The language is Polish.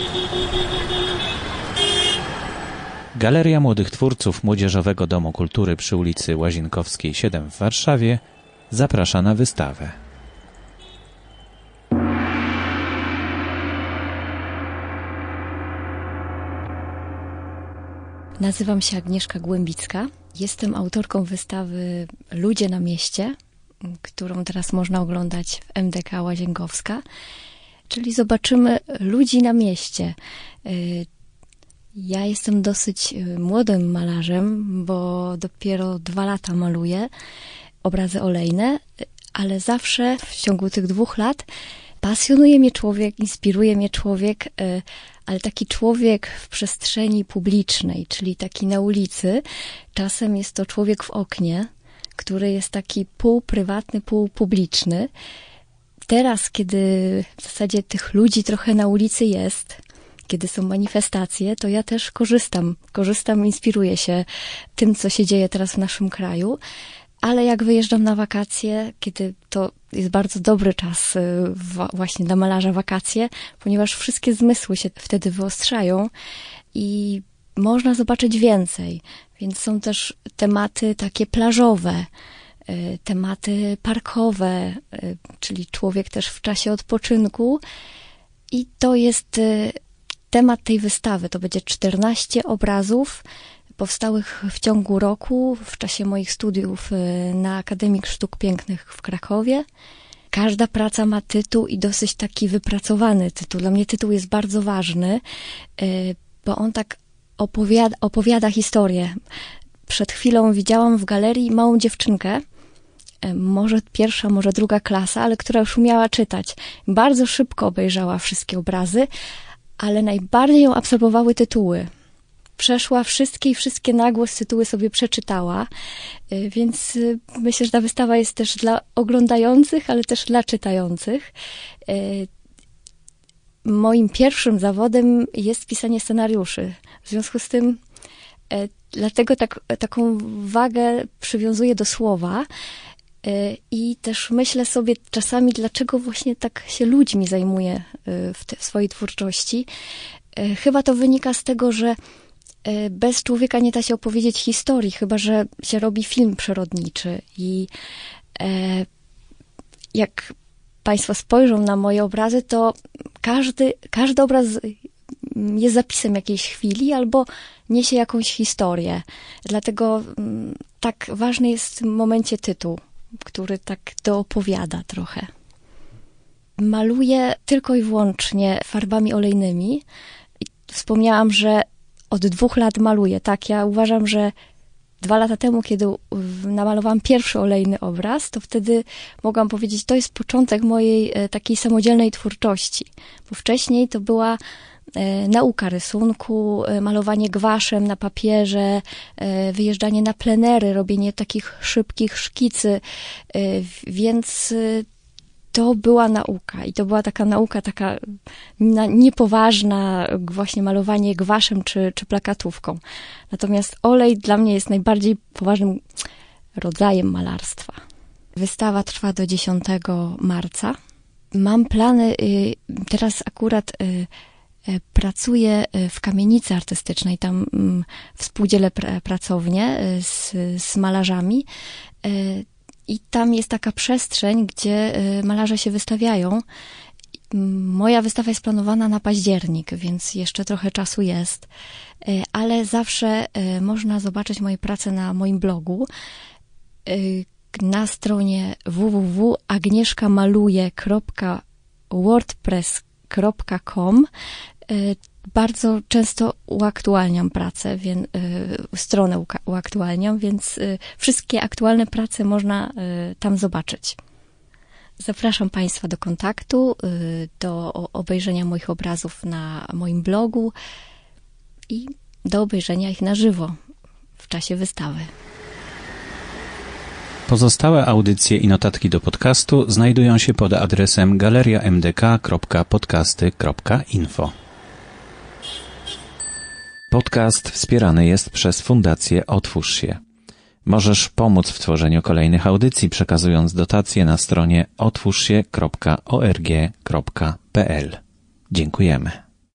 Galeria Młodych Twórców Młodzieżowego Domu Kultury przy ulicy Łazienkowskiej 7 w Warszawie zaprasza na wystawę. Nazywam się Agnieszka Głębicka. Jestem autorką wystawy Ludzie na mieście, którą teraz można oglądać w MDK Łazienkowska. Czyli zobaczymy ludzi na mieście. Ja jestem dosyć młodym malarzem, bo dopiero 2 lata maluję obrazy olejne, ale zawsze w ciągu tych 2 lat pasjonuje mnie człowiek, inspiruje mnie człowiek, ale taki człowiek w przestrzeni publicznej, czyli taki na ulicy. Czasem jest to człowiek w oknie, który jest taki półprywatny, półpubliczny. Teraz, kiedy w zasadzie tych ludzi trochę na ulicy jest, kiedy są manifestacje, to ja też korzystam, inspiruję się tym, co się dzieje teraz w naszym kraju. Ale jak wyjeżdżam na wakacje, kiedy to jest bardzo dobry czas właśnie dla malarza wakacje, ponieważ wszystkie zmysły się wtedy wyostrzają i można zobaczyć więcej. Więc są też tematy takie plażowe, tematy parkowe, czyli człowiek też w czasie odpoczynku. I to jest temat tej wystawy. To będzie 14 obrazów powstałych w ciągu roku w czasie moich studiów na Akademii Sztuk Pięknych w Krakowie. Każda praca ma tytuł i dosyć taki wypracowany tytuł. Dla mnie tytuł jest bardzo ważny, bo on tak opowiada historię. Przed chwilą widziałam w galerii małą dziewczynkę, może 1., może 2. klasa, ale która już umiała czytać. Bardzo szybko obejrzała wszystkie obrazy, ale najbardziej ją absorbowały tytuły. Przeszła wszystkie na głos tytuły sobie przeczytała, więc myślę, że ta wystawa jest też dla oglądających, ale też dla czytających. Moim pierwszym zawodem jest pisanie scenariuszy. W związku z tym dlatego taką wagę przywiązuję do słowa i też myślę sobie czasami, dlaczego właśnie tak się ludźmi zajmuję w swojej twórczości. Chyba to wynika z tego, że bez człowieka nie da się opowiedzieć historii, chyba że się robi film przyrodniczy. I jak Państwo spojrzą na moje obrazy, to każdy obraz jest zapisem jakiejś chwili albo niesie jakąś historię. Dlatego tak ważny jest w tym momencie tytuł, który tak doopowiada trochę. Maluję tylko i wyłącznie farbami olejnymi. Wspomniałam, że od 2 lat maluję. Tak, ja uważam, że 2 lata temu, kiedy namalowałam pierwszy olejny obraz, to wtedy mogłam powiedzieć, to jest początek mojej takiej samodzielnej twórczości. Bo wcześniej to była nauka rysunku, malowanie gwaszem na papierze, wyjeżdżanie na plenery, robienie takich szybkich szkicy, więc to była nauka i to była taka nauka taka niepoważna, właśnie malowanie gwaszem czy plakatówką. Natomiast olej dla mnie jest najbardziej poważnym rodzajem malarstwa. Wystawa trwa do 10 marca. Mam plany, teraz akurat pracuję w kamienicy artystycznej, tam współdzielę pracownię z malarzami. I tam jest taka przestrzeń, gdzie malarze się wystawiają. Moja wystawa jest planowana na październik, więc jeszcze trochę czasu jest. Ale zawsze można zobaczyć moje prace na moim blogu. Na stronie www.agnieszkamaluje.wordpress.com bardzo często uaktualniam pracę, stronę uaktualniam, więc wszystkie aktualne prace można tam zobaczyć. Zapraszam Państwa do kontaktu, do obejrzenia moich obrazów na moim blogu i do obejrzenia ich na żywo w czasie wystawy. Pozostałe audycje i notatki do podcastu znajdują się pod adresem galeriamdk.podcasty.info. Podcast wspierany jest przez Fundację Otwórz się. Możesz pomóc w tworzeniu kolejnych audycji, przekazując dotacje na stronie otwórzsie.org.pl. Dziękujemy.